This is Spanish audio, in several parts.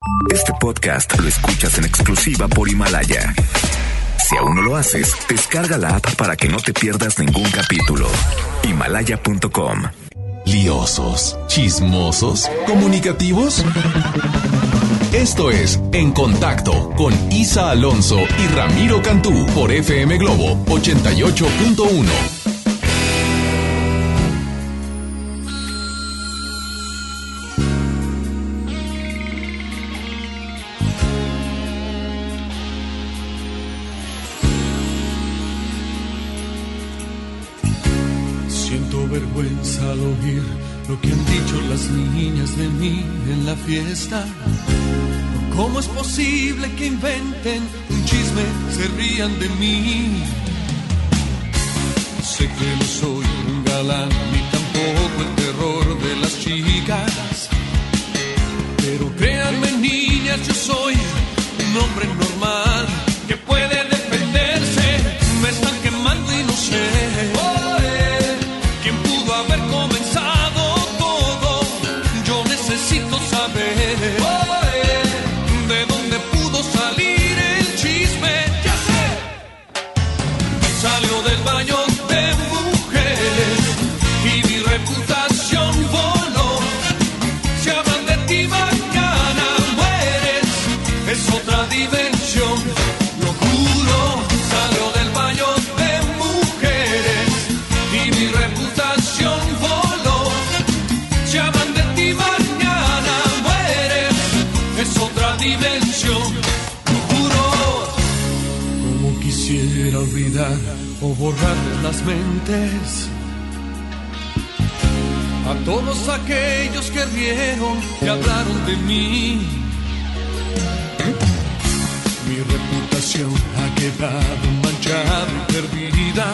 Este podcast lo escuchas en exclusiva por Himalaya. Si aún no lo haces, descarga la app para que no te pierdas ningún capítulo. Himalaya.com. Liosos, chismosos, comunicativos. Esto es En Contacto con Isa Alonso y Ramiro Cantú por FM Globo 88.1. Siento vergüenza al oír lo que han dicho las niñas de mí en la fiesta. ¿Cómo es posible que inventen un chisme, se rían de mí? Sé que no soy un galán, ni tampoco el terror de las chicas. Pero créanme, niñas, yo soy un hombre normal que puede defenderse. Me están quemando y no sé quién pudo haber comenzado todo. Yo necesito saber de dónde pudo salir el chisme. Ya sé, salió del baño de mujeres y mi reputación voló. Si hablan de ti mañana mueres, es otra dimensión, lo juro. Salió del baño de mujeres y mi reputación voló. Si hablan de ti mañana mueres, es otra dimensión, lo juro. Como quisiera olvidar o borrarles las mentes a todos aquellos que rieron y hablaron de mí. Mi reputación ha quedado manchada y perdida.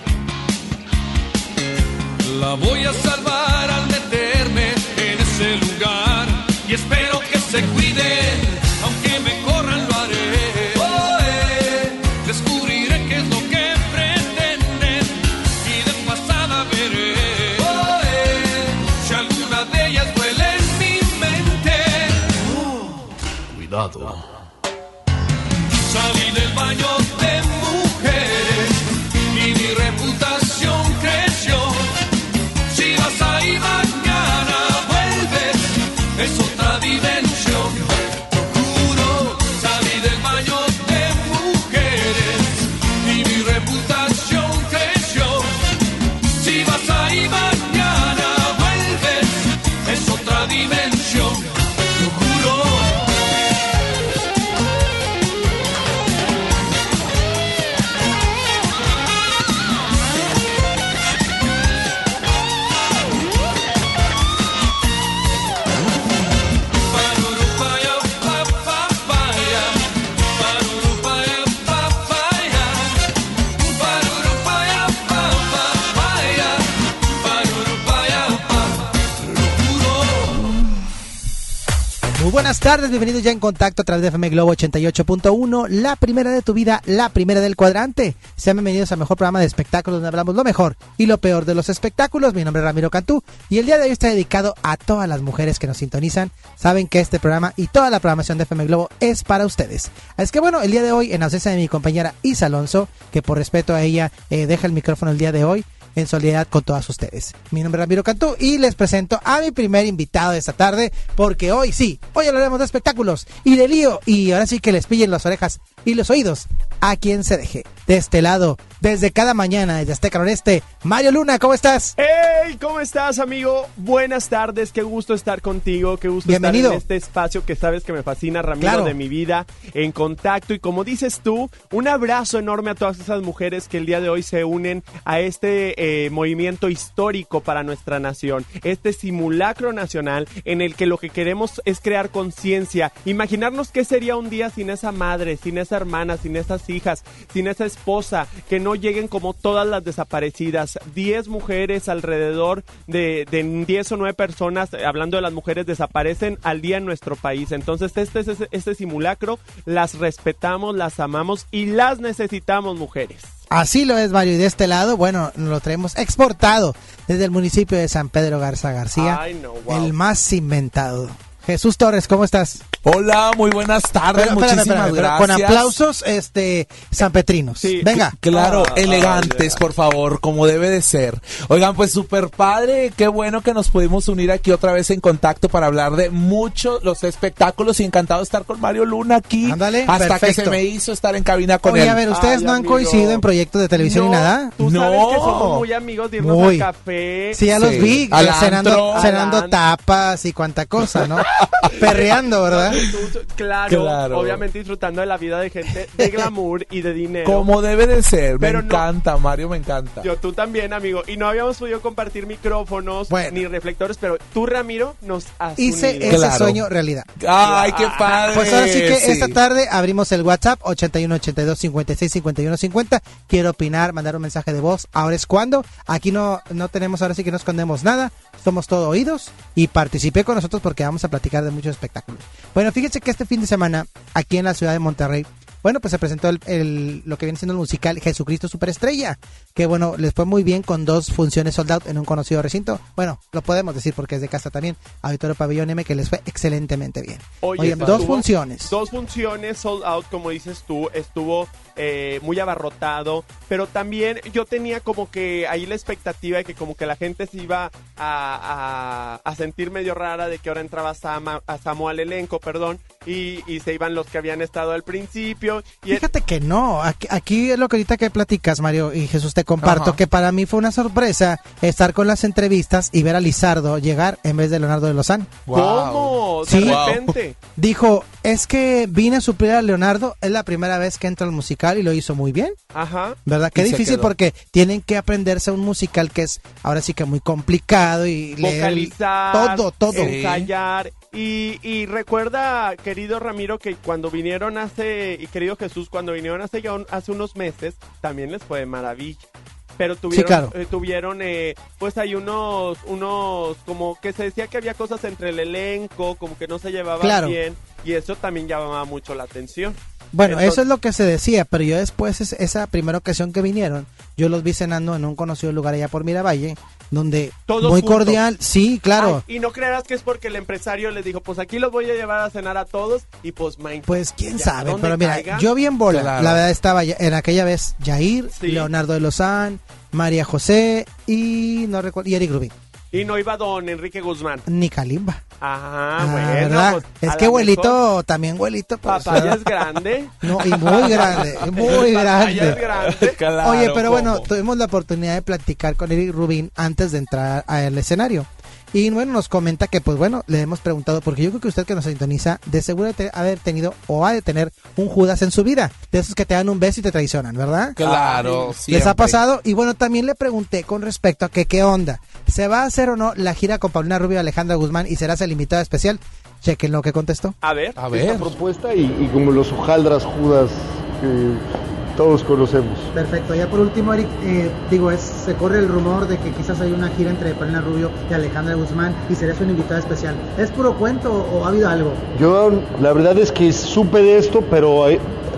La voy a salvar al meterme en ese lugar y espero que se cuiden, aunque me corran lo haré. Descubriré qué es lo que pretenden y de pasada veré si alguna de ellas duele en mi mente. Cuidado. Salí del baño de mujeres y mi reputación creció. Si vas ahí mañana vuelves, es otra dimensión, lo juro. Salí del baño de mujeres y mi reputación creció. Si vas ahí mañana vuelves, es otra dimensión, lo juro. Buenas tardes, bienvenidos ya en Contacto a través de FM Globo 88.1, la primera de tu vida, la primera del cuadrante. Sean bienvenidos al mejor programa de espectáculos donde hablamos lo mejor y lo peor de los espectáculos. Mi nombre es Ramiro Cantú y el día de hoy está dedicado a todas las mujeres que nos sintonizan. Saben que este programa y toda la programación de FM Globo es para ustedes. Así que bueno, el día de hoy, en ausencia de mi compañera Isa Alonso, que por respeto a ella deja el micrófono el día de hoy, en solidaridad con todas ustedes. Mi nombre es Ramiro Cantú y les presento a mi primer invitado de esta tarde, porque hoy hablaremos de espectáculos y de lío, y ahora sí que les pillen las orejas y los oídos a quien se deje. De este lado, desde cada mañana, desde Azteca Noreste, Mario Luna, ¿cómo estás? ¡Hey! ¿Cómo estás, amigo? Buenas tardes, qué gusto estar contigo, qué gusto Bienvenido. Estar en este espacio que sabes que me fascina, Ramiro, claro, de mi vida, En Contacto. Y como dices tú, un abrazo enorme a todas esas mujeres que el día de hoy se unen a este movimiento histórico para nuestra nación, este simulacro nacional en el que lo que queremos es crear conciencia, imaginarnos qué sería un día sin esa madre, sin esa hermana, sin esas hijas, sin esa esposa, que no lleguen como todas las desaparecidas. 10 mujeres alrededor de 10 o 9 personas, hablando de las mujeres, desaparecen al día en nuestro país. Entonces este simulacro, las respetamos, las amamos y las necesitamos, mujeres. Así lo es, Mario, y de este lado, bueno, lo traemos exportado desde el municipio de San Pedro Garza García. Ay, no, wow. El más inventado. Jesús Torres, ¿cómo estás? Hola, muy buenas tardes, muchísimas gracias. Con aplausos, sanpetrinos. Sí. Venga. Claro, elegantes, por favor, como debe de ser. Oigan, pues súper padre, qué bueno que nos pudimos unir aquí otra vez en contacto para hablar de muchos los espectáculos y encantado de estar con Mario Luna aquí. Ándale, hasta perfecto. que se me hizo estar en cabina con Oye, él. a ver, ¿ustedes no han amigo. coincidido en proyectos de televisión No, ni nada? Tú sabes No. que somos muy amigos de irnos Muy. a café. Sí, ya los Sí. vi, Al cenando antro. tapas y cuanta cosa, ¿no? Perreando, ¿verdad? Claro, obviamente disfrutando de la vida de gente de glamour y de dinero. Como debe de ser, Pero me no. encanta, Mario, me encanta. Tú también, amigo. Y no habíamos podido compartir micrófonos Bueno. ni reflectores, pero tú, Ramiro, nos has Hice unido. ese Claro. sueño realidad. Ay, qué padre. Pues ahora sí que Sí. esta tarde abrimos el WhatsApp 81 82 56 51 50. Quiero opinar, mandar un mensaje de voz. Ahora es cuando. Aquí no tenemos, ahora sí que no escondemos nada. Somos todo oídos y participé con nosotros porque vamos a platicar de muchos espectáculos. Bueno, fíjense que este fin de semana aquí en la ciudad de Monterrey, bueno, pues se presentó lo que viene siendo el musical Jesucristo Superestrella, que bueno, les fue muy bien con 2 funciones sold out en un conocido recinto. Bueno, lo podemos decir porque es de casa también, Auditorio Pabellón M, que les fue excelentemente bien. Oye, estuvo 2 funciones. 2 funciones sold out, como dices tú, estuvo muy abarrotado, pero también yo tenía como que ahí la expectativa de que como que la gente se iba a sentir medio rara de que ahora entraba Samo al elenco, perdón, y se iban los que habían estado al principio. Y Fíjate que no, aquí es lo que ahorita que platicas, Mario y Jesús, te comparto, Ajá. que para mí fue una sorpresa estar con las entrevistas y ver a Lizardo llegar en vez de Leonardo de Lozán. ¿Cómo? Sí. De Wow. repente. Dijo, es que vine a suplir a Leonardo, es la primera vez que entra al musical y lo hizo muy bien, Ajá. ¿verdad? Qué Y se difícil quedó. porque tienen que aprenderse un musical que es ahora sí que muy complicado y leer Vocalizar, todo. ensayar. Y recuerda, querido Ramiro, que cuando vinieron y querido Jesús, cuando vinieron hace unos meses, también les fue de maravilla. Pero tuvieron, claro. Pues hay unos, como que se decía que había cosas entre el elenco, como que no se llevaban Claro. bien, y eso también llamaba mucho la atención. Bueno, Entonces- eso es lo que se decía, pero yo después, esa primera ocasión que vinieron, yo los vi cenando en un conocido lugar allá por Miravalle, donde Todos muy juntos. cordial, sí, claro. Ay, y no creerás que es porque el empresario les dijo, pues aquí los voy a llevar a cenar a todos, y pues, Pues quién ya, sabe, ¿dónde pero mira, caiga? yo vi en bola, Claro. la verdad estaba en aquella vez Jair, Sí. Leonardo de Lozán, María José y no recuerdo, y Eric Rubin, Y no iba don Enrique Guzmán. ni Kalimba. Ah, bueno, ¿verdad? pues, Es a que lo abuelito, mejor también abuelito, pues, Papá ya ¿verdad? es grande. No, y muy grande, muy Papá ya es grande. grande. Claro, Oye, pero bueno, ¿cómo? tuvimos la oportunidad de platicar con Eric Rubin antes de entrar al escenario. Y bueno, nos comenta que, pues bueno, le hemos preguntado, porque yo creo que usted que nos sintoniza, de seguro haber tenido o ha de tener un Judas en su vida, de esos que te dan un beso y te traicionan, ¿verdad? Claro, ¿Les ha siempre. pasado? Y bueno, también le pregunté con respecto a que qué onda. ¿Se va a hacer o no la gira con Paulina Rubio y Alejandra Guzmán y serás el invitado especial? Chequen lo que contestó. A ver. A Esta ver. propuesta y como los hojaldras Judas que todos conocemos. Perfecto, ya por último, Eric, se corre el rumor de que quizás hay una gira entre Paulina Rubio y Alejandra Guzmán y serás un invitado especial. ¿Es puro cuento o ha habido algo? Yo la verdad es que supe de esto, pero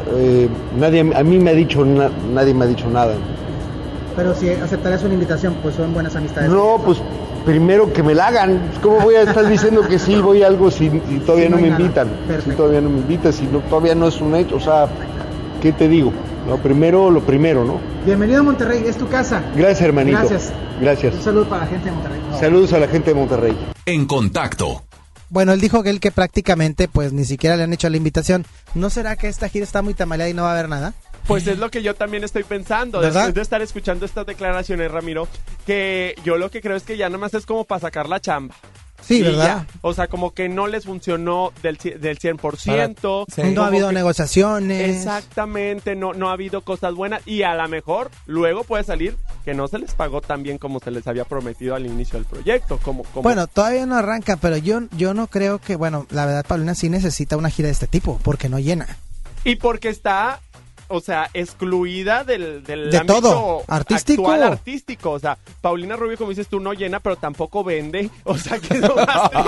nadie a mí me ha dicho nadie me ha dicho nada. Pero si aceptarías una invitación, pues son buenas amistades. No, pues primero que me la hagan. ¿Cómo voy a estar diciendo que sí voy a algo si todavía Si no no me hay nada. invitan? Perfecto. Si todavía no me invitan, si no, todavía no es un hecho, o sea, ¿qué te digo? Lo primero, ¿no? Bienvenido a Monterrey, es tu casa. Gracias, hermanito. Gracias. Gracias. Un saludo para la gente de Monterrey. Saludos a la gente de Monterrey. En contacto. Bueno, él dijo que prácticamente pues ni siquiera le han hecho la invitación. ¿No será que esta gira está muy tamaleada y no va a haber nada? Pues es lo que yo también estoy pensando, ¿Verdad? después de estar escuchando estas declaraciones, Ramiro, que yo lo que creo es que ya nomás es como para sacar la chamba. Sí, Y ¿verdad? ya. O sea, como que no les funcionó del 100%. Sí. No ha como habido que- negociaciones. Exactamente, no ha habido cosas buenas y a lo mejor luego puede salir que no se les pagó tan bien como se les había prometido al inicio del proyecto. Como Bueno, todavía no arranca, pero yo no creo que, bueno, la verdad Paulina sí necesita una gira de este tipo, porque no llena. Y porque está, o sea, excluida del De ámbito todo, artístico. actual artístico. O sea, Paulina Rubio, como dices tú, no llena, pero tampoco vende. O sea, que no,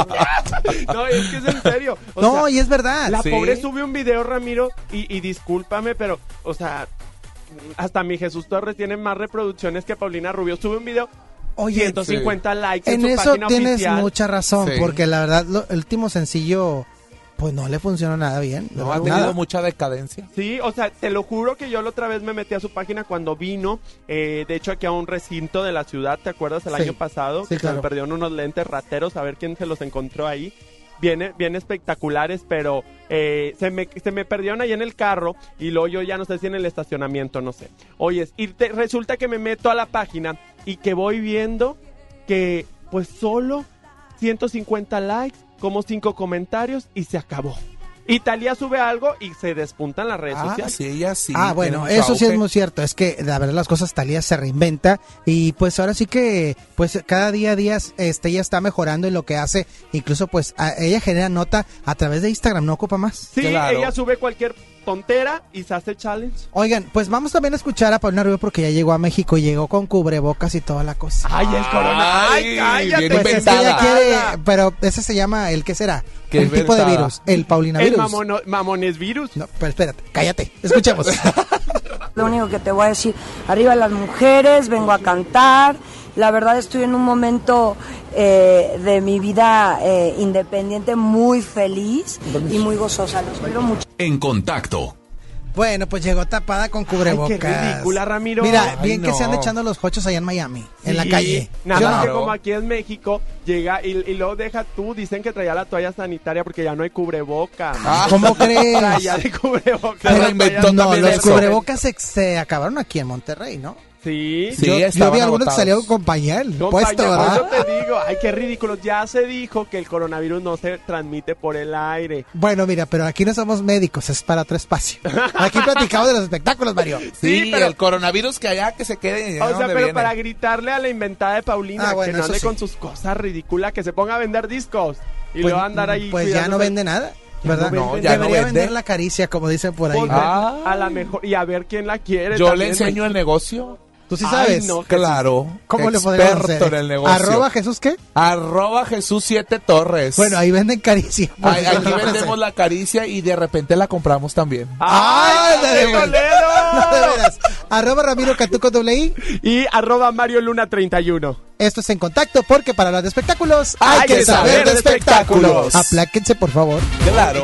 no, es que es en serio. O No, sea, y es verdad. la Sí. pobre sube un video, Ramiro, y discúlpame, pero, o sea, hasta mi Jesús Torres tiene más reproducciones que Paulina Rubio. Sube un video, Oye, 150 likes en en su eso página tienes oficial. mucha razón, Sí. porque la verdad el último sencillo Pues no le funcionó nada bien. No, ha tenido mucha decadencia. Sí, o sea, te lo juro que yo la otra vez me metí a su página cuando vino, de hecho aquí a un recinto de la ciudad, ¿te acuerdas? El año pasado, sí, que claro. se me perdieron unos lentes rateros, a ver quién se los encontró ahí. Bien espectaculares, pero se me perdieron ahí en el carro y luego yo ya no sé si en el estacionamiento, no sé. Oyes, y resulta que me meto a la página y que voy viendo que pues solo 150 likes, como 5 comentarios y se acabó. Y Thalía sube algo y se despuntan las redes sociales. Sí, ella sí. Bueno, eso sí es muy cierto. Es que, la verdad, las cosas, Thalía se reinventa. Y pues ahora sí que, pues cada día ella está mejorando en lo que hace. Incluso, pues, ella genera nota a través de Instagram, no ocupa más. Sí, claro. Ella sube cualquier tontera y se hace challenge. Oigan, pues vamos también a escuchar a Paulina Rubio porque ya llegó a México y llegó con cubrebocas y toda la cosa. ¡Ay, el corona! ¡Ay, cállate! bien Pues es que ella quiere, pero ese se llama, ¿el qué será? ¿Qué Un tipo de inventada? virus, el Paulina El virus. mamones virus. No, pero espérate, cállate, escuchemos. Lo único que te voy a decir, arriba las mujeres, vengo a cantar. La verdad estoy en un momento de mi vida independiente muy feliz y muy gozosa. Los quiero mucho. En Contacto. Bueno, pues llegó tapada con cubrebocas. Ay, qué ridícula, Ramiro. Mira, Ay, bien que no. se anda echando los jochos allá en Miami, en la Sí, calle. Nada ¿Sí o más no? que como aquí en México, llega y luego deja tú, dicen que traía la toalla sanitaria porque ya no hay cubreboca. ¿Cómo crees? Traía de cubreboca. Se reinventó No, también los eso. cubrebocas se acabaron aquí en Monterrey, ¿no? Sí. Sí, yo vi estaban algunos que agotados. salieron con pañal puesto, Compañía, ¿verdad? por eso te digo, ay, qué ridículo. Ya se dijo que el coronavirus no se transmite por el aire. Bueno, mira, pero aquí no somos médicos, es para otro espacio. Aquí platicamos de los espectáculos, Mario. Sí, Sí, pero- el coronavirus que allá que se quede. O sea, pero para gritarle a la inventada de Paulina Bueno, que no eso ande sí. con sus cosas ridículas, que se ponga a vender discos y Pues, luego andar ahí. pues ya no cuidándose. vende nada, ¿verdad? no, ya no Debería vende. vender la caricia, como dicen por ahí. Pues, ¿no? a la mejor y a ver quién la quiere. Yo le también. enseño el negocio. ¿Tú sí Ay, sabes? no. Claro. ¿Cómo le podríamos Experto hacer? en el negocio. ¿Arroba Jesús qué? Arroba Jesús 7 Torres. Bueno, ahí venden caricia. por si Aquí no lo vendemos conocen. la caricia y de repente la compramos también. ¡Ay, ¡Ay, de qué veras! Toledo! No, de veras. Arroba Ramiro Cantú con doble I. Y arroba Mario Luna 31. Esto es En Contacto porque para hablar de espectáculos Hay que saber de espectáculos. Apláquense, por favor. Claro.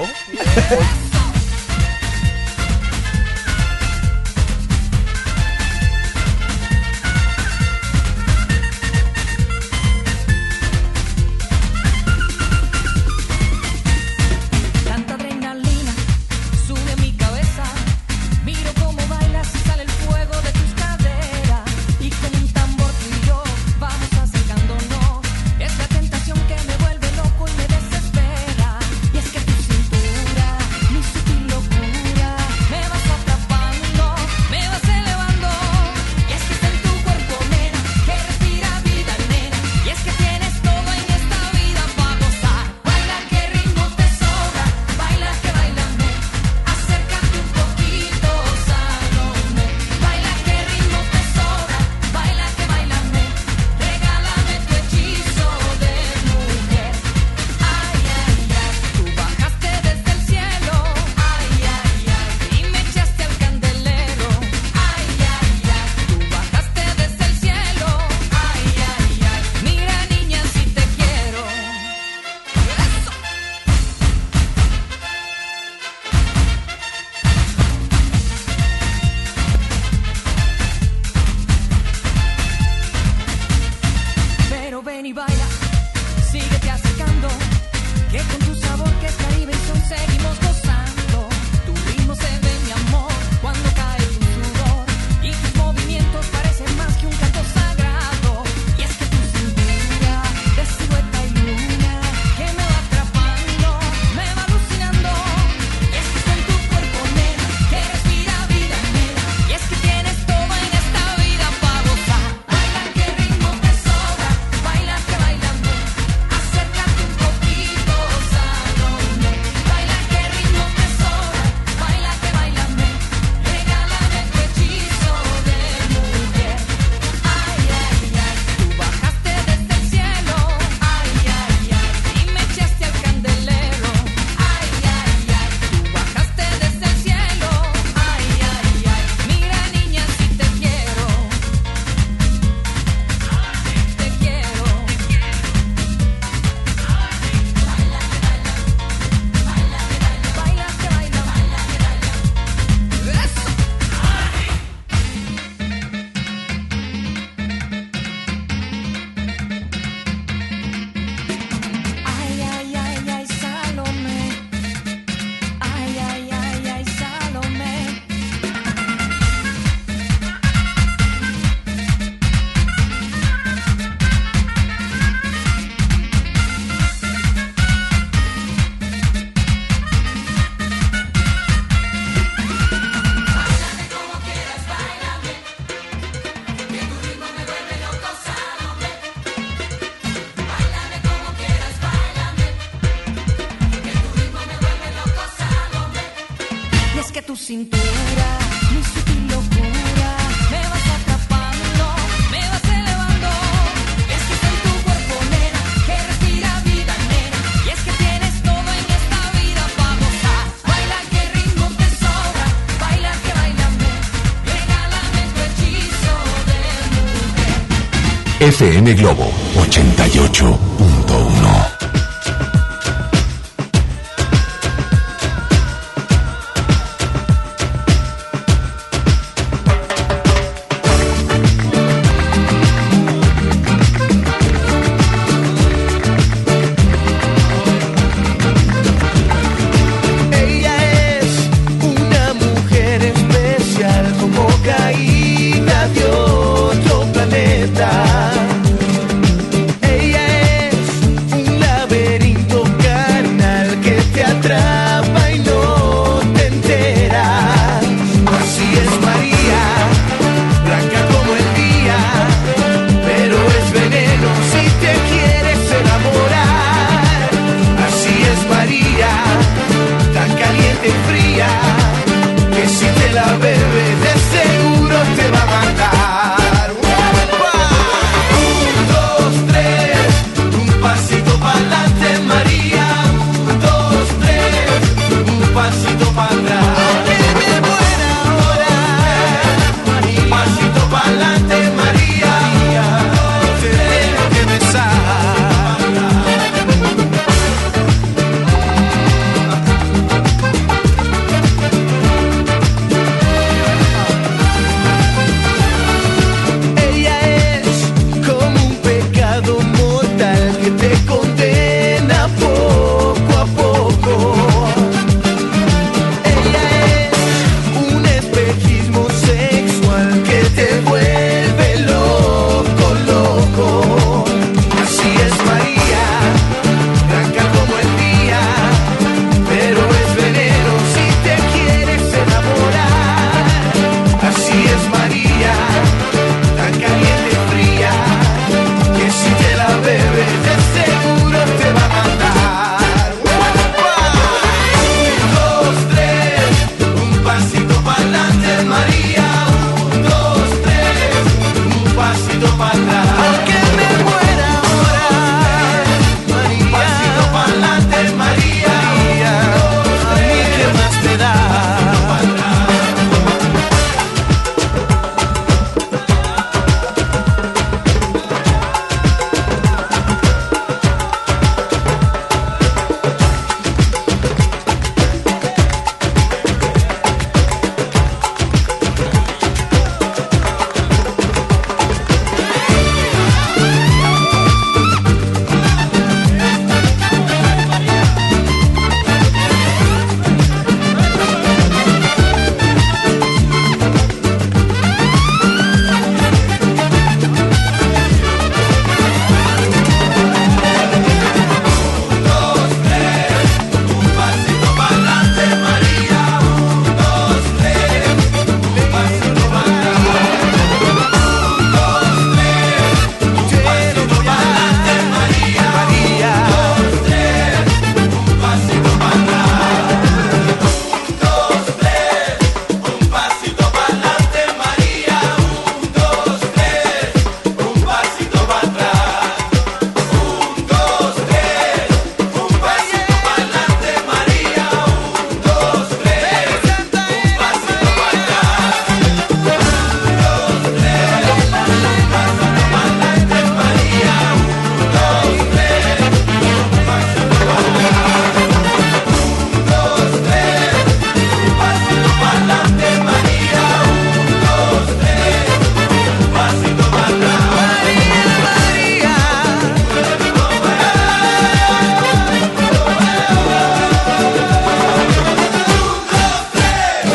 Tanta adrenalina sube a mi cabeza. Miro cómo bailas y sale el fuego de tus caderas. Y con un tambor tú y yo vamos acercándonos. Es la tentación que me vuelve loco y me desespera. Y es que tu cintura, mi tu cintura, mi sutil locura, me vas atrapando, me vas elevando. Es que está en tu cuerpo, nena, que respira vida, nena. Y es que tienes todo en esta vida para gozar. Baila que ritmo te sobra, baila que bailame, regálame tu hechizo de mujer. FM Globo 88.1.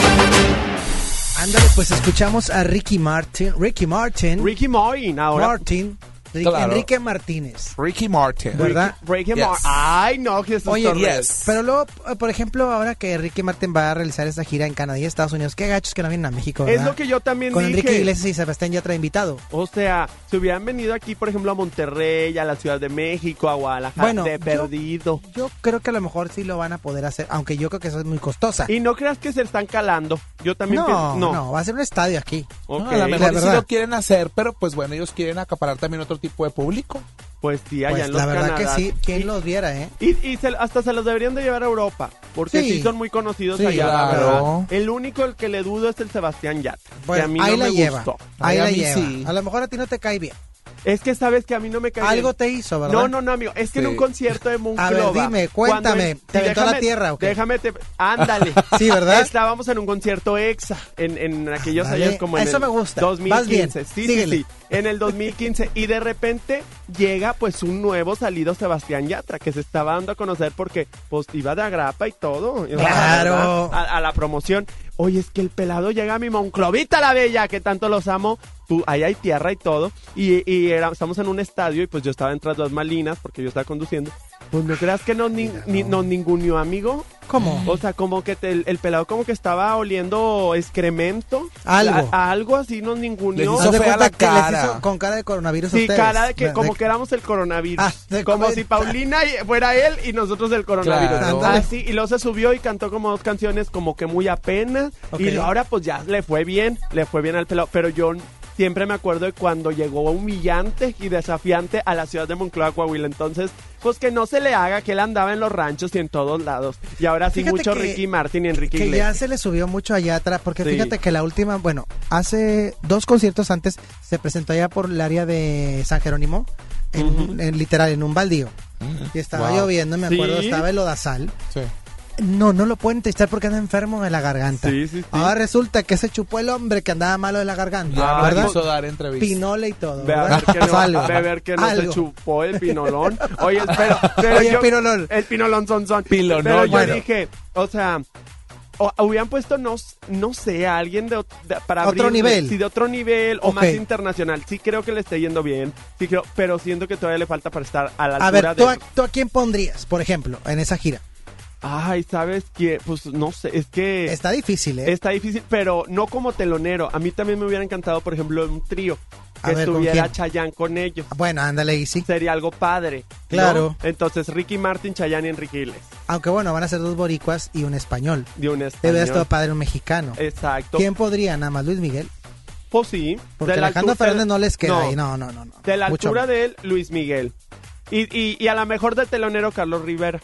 Pues escuchamos a Ricky Martin ahora. Martin. Claro. Enrique Martínez. Ricky Martin. ¿Verdad? Ricky Yes. Ay, no, Jesús Oye, Torres. yes. Pero luego, por ejemplo, ahora que Ricky Martin va a realizar esta gira en Canadá y Estados Unidos, qué gachos que no vienen a México, ¿verdad? Es lo que yo también Con dije. Enrique Iglesias y Sebastián Yatra invitado. O sea, si hubieran venido aquí, por ejemplo, a Monterrey, a la Ciudad de México, a Guadalajara, Bueno, de perdido. Yo creo que a lo mejor sí lo van a poder hacer, aunque yo creo que eso es muy costosa. Y no creas que se están calando. Yo también pienso. No, va a ser un estadio aquí. Ok. No, a lo la mejor sí verdad. lo quieren hacer, pero pues bueno, ellos quieren acaparar también otro tipo de público. Pues sí, allá Pues en los la verdad Canadás. que sí, ¿quién Y- los viera, eh? Y hasta se los deberían de llevar a Europa, porque Sí. sí son muy conocidos Sí, allá, la claro. verdad. El único el que le dudo es el Sebastián Yatra, que Bueno, a mí ahí no la me lleva. gustó. Ahí Ay, a la mí lleva. sí. A lo mejor a ti no te cae bien. Es que sabes que a mí no me cae Algo bien. te hizo, ¿verdad? No, amigo. Es que en Sí. un concierto de Monclova. A ver, dime, cuéntame, ¿te aventó a la tierra o qué? Ándale. Sí, ¿verdad? Estábamos en un concierto EXA en aquellos Ándale, años como en eso el me gusta. 2015. Vas bien, Sí, síguele. sí. En el 2015. Y de repente llega pues un nuevo salido Sebastián Yatra que se estaba dando a conocer porque pues iba de agrapa y todo. Claro. A la promoción. Oye, es que el pelado llega a mi Monclovita la Bella, que tanto los amo. Ahí hay tierra y todo. Estamos en un estadio y pues yo estaba entre dos malinas porque yo estaba conduciendo. Pues no creas que nos ninguneó, amigo. ¿Cómo? O sea, como que el pelado como que estaba oliendo excremento. Algo. Algo así nos ninguneó. Les Haz de fea cuenta la que les cara. hizo con cara de coronavirus a Sí, ustedes. cara de que como De- que éramos el coronavirus. Ah, de como COVID. si Paulina fuera él y nosotros el coronavirus. Claro. Así, y luego se subió y cantó como dos canciones como que muy apenas. Ok. Y ahora pues ya le fue bien al pelado. Pero yo siempre me acuerdo de cuando llegó humillante y desafiante a la ciudad de Monclova, Coahuila. Entonces, pues que no se le haga, que él andaba en los ranchos y en todos lados. Y ahora sí Fíjate mucho que- Ricky Martin y Enrique Que ya Iglesias. se le subió mucho allá atrás, porque Sí. fíjate que la última, bueno, hace 2 conciertos antes se presentó allá por el área de San Jerónimo, en literal, en un baldío. Y estaba Wow. lloviendo, me acuerdo, Sí. estaba el lodazal. Sí. No lo pueden entrevistar porque anda enfermo de la garganta. Sí, sí, sí. Ahora resulta que se chupó el hombre que andaba malo de la garganta, Ya ¿verdad? quiso dar entrevista. Pinole y todo, Ve a ¿verdad? ver que no, Algo. ve a ver que no se Algo. chupó el pinolon. Oye, pero Oye, pinolon. El pinolon son. Pilonón. Pero yo Bueno. dije, o sea, hubieran puesto, no sé, a alguien para Otro abrirle, nivel. Sí, de otro nivel o Ok. más internacional. Sí creo que le esté yendo bien, sí creo, pero siento que todavía le falta para estar a la A altura ver, ¿tú de... ¿tú a quién pondrías, por ejemplo, en esa gira? Ay, ¿sabes qué? Pues no sé, es que... Está difícil, ¿eh? Está difícil, pero no como telonero. A mí también me hubiera encantado, por ejemplo, un trío. A Que ver, ¿con estuviera quién? Chayanne con ellos. Bueno, ándale, Easy. Sería algo padre. ¿no? Claro. Entonces, Ricky Martin, Chayanne y Enrique Iglesias. Aunque bueno, van a ser 2 boricuas y un español. De un Debe español. haber estado padre un mexicano. Exacto. ¿Quién podría? Nada más Luis Miguel. Pues sí. Porque De la Alejandro altura- Fernández no les queda no, ahí. No. De la Mucho altura más. de él, Luis Miguel. Y a lo mejor de telonero, Carlos Rivera.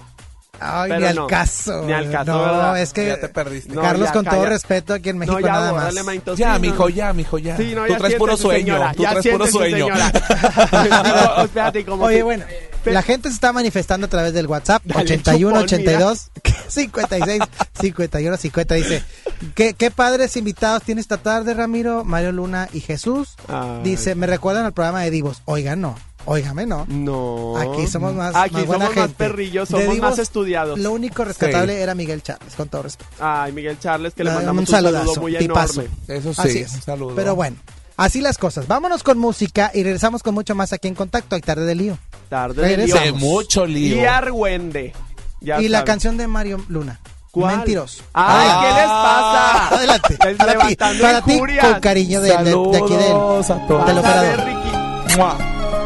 Ay, Pero ni al no, caso. ni al caso, No, ¿verdad? es que Ya te perdiste. No, Carlos, ya, con todo calla. respeto, aquí en México no, ya, nada más. bórrale, manito, Ya, sí, mijo, no. ya, mijo, ya. Sí, no, Tú ya traes puro siéntese, sueño. señora, Tú ya traes puro siéntese, sueño. señora. Digo, espérate, como Oye, si- bueno, Pe- la gente se está manifestando a través del WhatsApp Dale, 81 chupón, 82 56 51 50. Dice, ¿qué padres invitados tiene esta tarde, Ramiro, Mario Luna y Jesús? Ay. Dice, me recuerdan al programa de Divos. Oigan, no. Óigame, no. No. Aquí somos más, Aquí más buena somos más gente. perrillos, De somos Divos, más estudiados. Lo único rescatable era Miguel Chávez, con todo respeto. Ay, Miguel Charles, que le Un mandamos un saludazo, saludo muy tipazo. enorme. Eso sí, Así es. un saludo. Pero bueno, así las cosas. Vámonos con música y regresamos con mucho más aquí en Contacto. Hay tarde de lío. Tarde de Regresamos. lío. De mucho lío. Y Argüende. Ya Y la sabes. canción de Mario Luna. ¿Cuál? Mentiroso. Ay, Ah. ¿qué les pasa? Adelante. El Para ti, levantando para ti, injurias. con cariño de aquí de Saludos a todos. del Vas a ver, operador. Ricky. ¡Mua!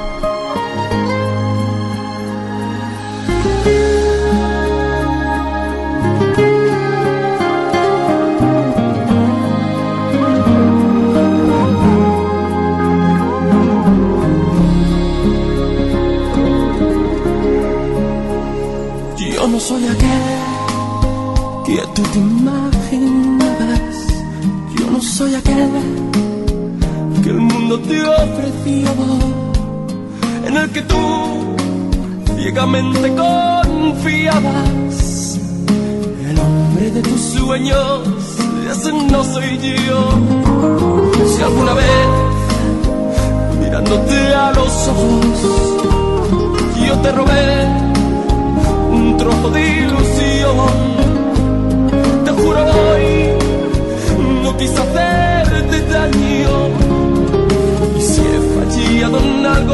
Yo no soy aquel que tú te imaginabas. Yo no soy aquel que el mundo te ofreció, en el que tú ciegamente confiabas. El hombre de tus sueños, ese no soy yo. Si alguna vez, mirándote a los ojos, yo te robé un trozo de ilusión, te juro hoy, no quise hacerte daño. Y si he fallado en algo,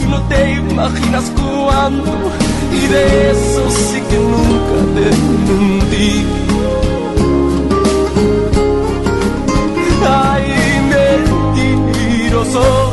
tú no te imaginas cuánto, y de eso sí que nunca te mentí. Ay, mentiroso.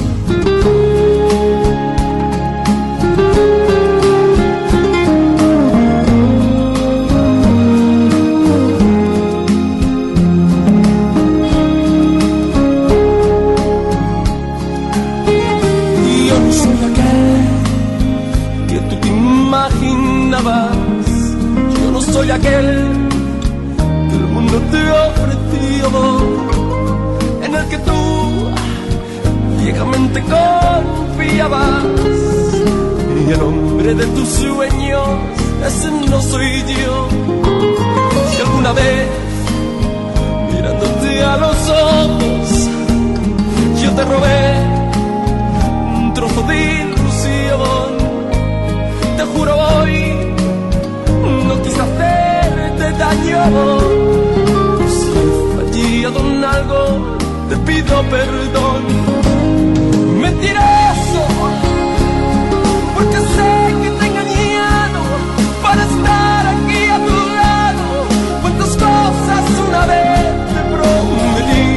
Yo no soy aquel que el mundo te ofreció, en el que tú ciegamente confiabas, y el hombre de tus sueños, ese no soy yo. Si alguna vez, mirándote a los ojos, yo te robé un trozo de ilusión, te juro hoy no quise hacerte daño. Si he fallado en algo, te pido perdón. Mentiroso, porque sé que te he engañado para estar aquí a tu lado. Cuántas cosas una vez te prometí.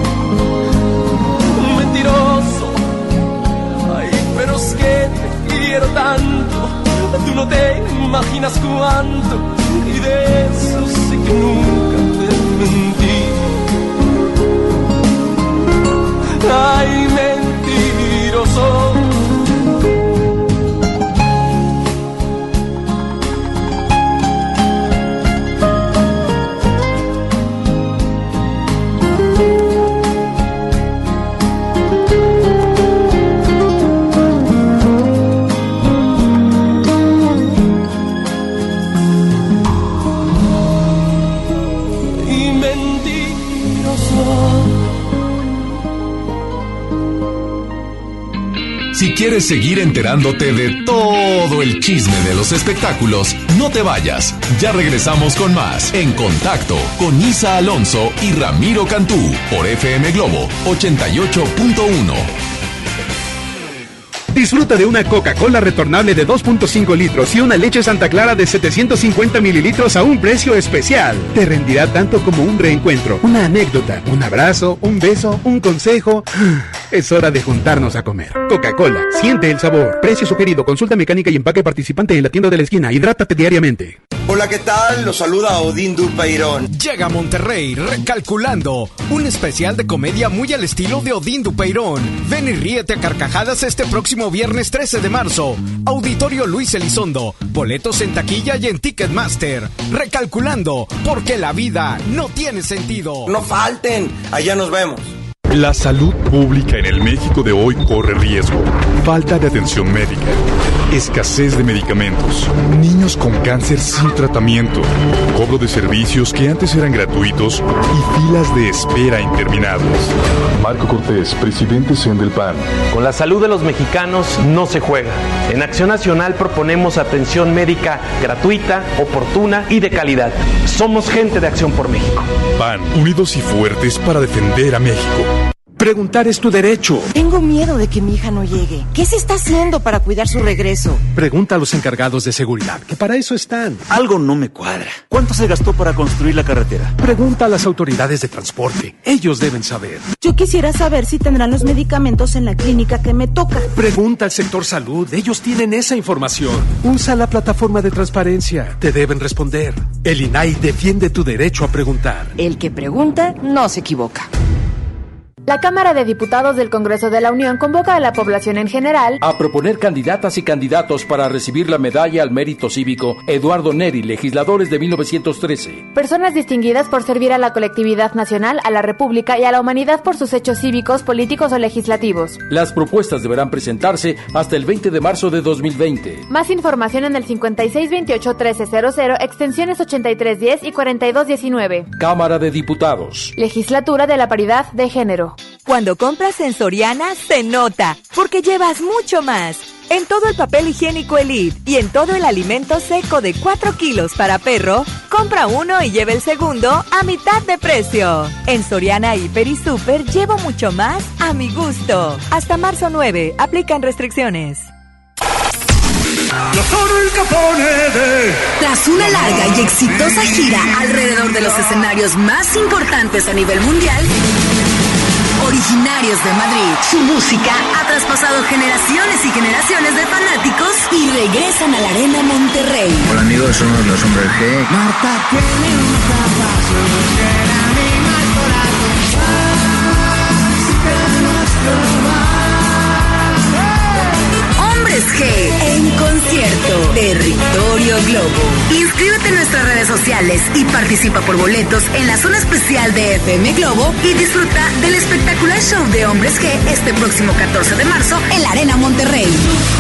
Mentiroso, ay, pero es que te quiero tanto. Tú no te imaginas cuánto, y de eso sí que nunca te mentí. Ay, mentiroso. Si quieres seguir enterándote de todo el chisme de los espectáculos, no te vayas. Ya regresamos con más En Contacto con Isa Alonso y Ramiro Cantú por FM Globo 88.1. Disfruta de una Coca-Cola retornable de 2.5 litros y una leche Santa Clara de 750 mililitros a un precio especial. Te rendirá tanto como un reencuentro, una anécdota, un abrazo, un beso, un consejo. Es hora de juntarnos a comer. Coca-Cola, siente el sabor. Precio sugerido, consulta mecánica y empaque participante en la tienda de la esquina. Hidrátate diariamente. Hola, ¿qué tal? Los saluda Odín Dupeirón. Llega a Monterrey Recalculando, un especial de comedia muy al estilo de Odín Dupeirón. Ven y ríete a carcajadas este próximo viernes 13 de marzo. Auditorio Luis Elizondo. Boletos en taquilla y en Ticketmaster. Recalculando, porque la vida no tiene sentido. No falten, allá nos vemos. La salud pública en el México de hoy corre riesgo. Falta de atención médica, escasez de medicamentos, niños con cáncer sin tratamiento, cobro de servicios que antes eran gratuitos y filas de espera interminables. Marco Cortés, presidente CEN del PAN. Con la salud de los mexicanos no se juega. En Acción Nacional proponemos atención médica gratuita, oportuna y de calidad. Somos gente de Acción por México. PAN, unidos y fuertes para defender a México. Preguntar es tu derecho. Tengo miedo de que mi hija no llegue. ¿Qué se está haciendo para cuidar su regreso? Pregunta a los encargados de seguridad, que para eso están. Algo no me cuadra. ¿Cuánto se gastó para construir la carretera? Pregunta a las autoridades de transporte. Ellos deben saber. Yo quisiera saber si tendrán los medicamentos en la clínica que me toca. Pregunta al sector salud. Ellos tienen esa información. Usa la plataforma de transparencia. Te deben responder. El INAI defiende tu derecho a preguntar. El que pregunta no se equivoca. La Cámara de Diputados del Congreso de la Unión convoca a la población en general a proponer candidatas y candidatos para recibir la Medalla al Mérito Cívico Eduardo Neri, legisladores de 1913. Personas distinguidas por servir a la colectividad nacional, a la República y a la humanidad por sus hechos cívicos, políticos o legislativos. Las propuestas deberán presentarse hasta el 20 de marzo de 2020. Más información en el 5628-1300, extensiones 8310 y 4219. Cámara de Diputados. Legislatura de la Paridad de Género. Cuando compras en Soriana, se nota, porque llevas mucho más. En todo el papel higiénico Elite y en todo el alimento seco de 4 kilos para perro, compra uno y lleve el segundo a mitad de precio. En Soriana Hiper y Super llevo mucho más a mi gusto. Hasta marzo 9, aplican restricciones. Tras una larga y exitosa gira alrededor de los escenarios más importantes a nivel mundial, originarios de Madrid, su música ha traspasado generaciones y generaciones de fanáticos y regresan a la Arena Monterrey. Hola amigos, somos los Hombres G. Marta tiene una Hombres G en concierto, Territorio Globo. Inscríbete en nuestras redes sociales y participa por boletos en la zona especial de FM Globo y disfruta del espectacular show de Hombres G este próximo 14 de marzo en la Arena Monterrey.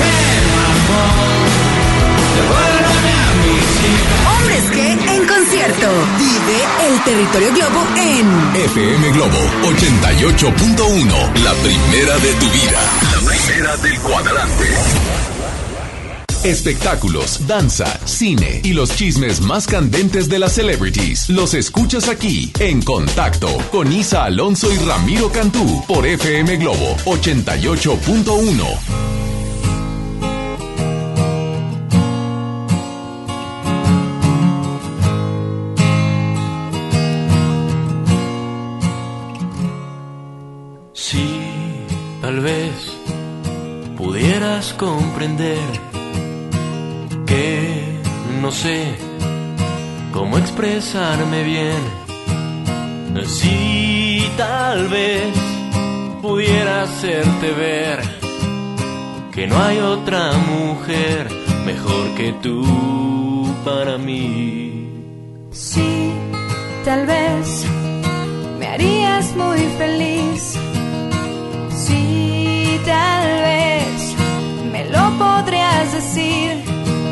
Hombres G en concierto. Vive el Territorio Globo en FM Globo 88.1, la primera de tu vida. La primera del cuadrante. Espectáculos, danza, cine y los chismes más candentes de las celebrities. Los escuchas aquí, en Contacto, con Isa Alonso y Ramiro Cantú, por FM Globo 88.1. Si tal vez pudieras comprender que no sé cómo expresarme bien. Si tal vez pudiera hacerte ver que no hay otra mujer mejor que tú para mí. Sí, tal vez me harías muy feliz. Sí, tal vez me lo podrías decir.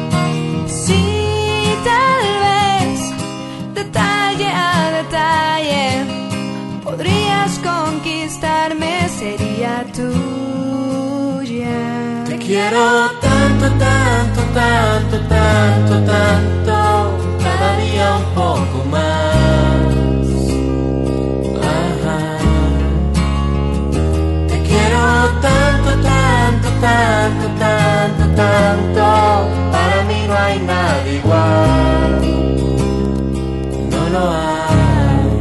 Sí, tal vez detalle a detalle podrías conquistarme, sería tuya. Te quiero tanto, tanto, tanto, tanto, tanto, cada día un poco más. Ajá. Te quiero tanto, tanto, tanto, tanto, tanto, para mí no hay nada igual. No lo hay.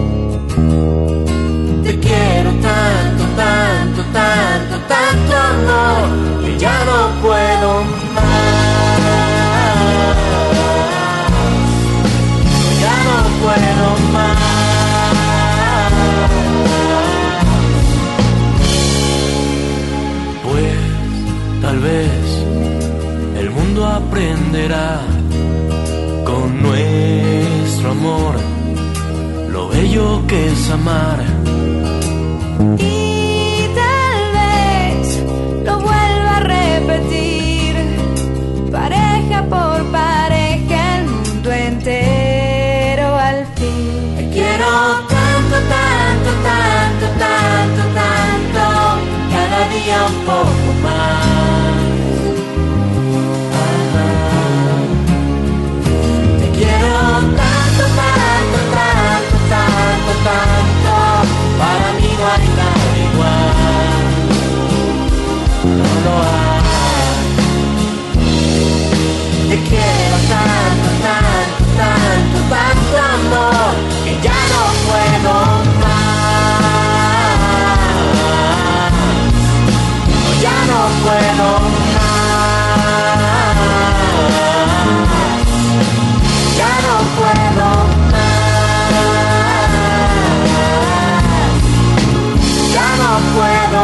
Te quiero tanto, tanto, tanto, tanto amor, que ya no puedo más. Ya no puedo más. Pues tal vez el mundo aprenderá con nuestro amor lo bello que es amar. Y tal vez lo vuelva a repetir, pareja por pareja, el mundo entero al fin. Te quiero tanto, tanto, tanto, tanto, tanto, cada día un poco más. Ajá. Te quiero tanto, tanto, tanto, tanto, tanto, para mí no hay nada igual. No lo hay. Te quiero tanto, tanto, tanto, tanto amor, que ya no puedo más. No, ya no puedo más. Ya no puedo más. Ya no puedo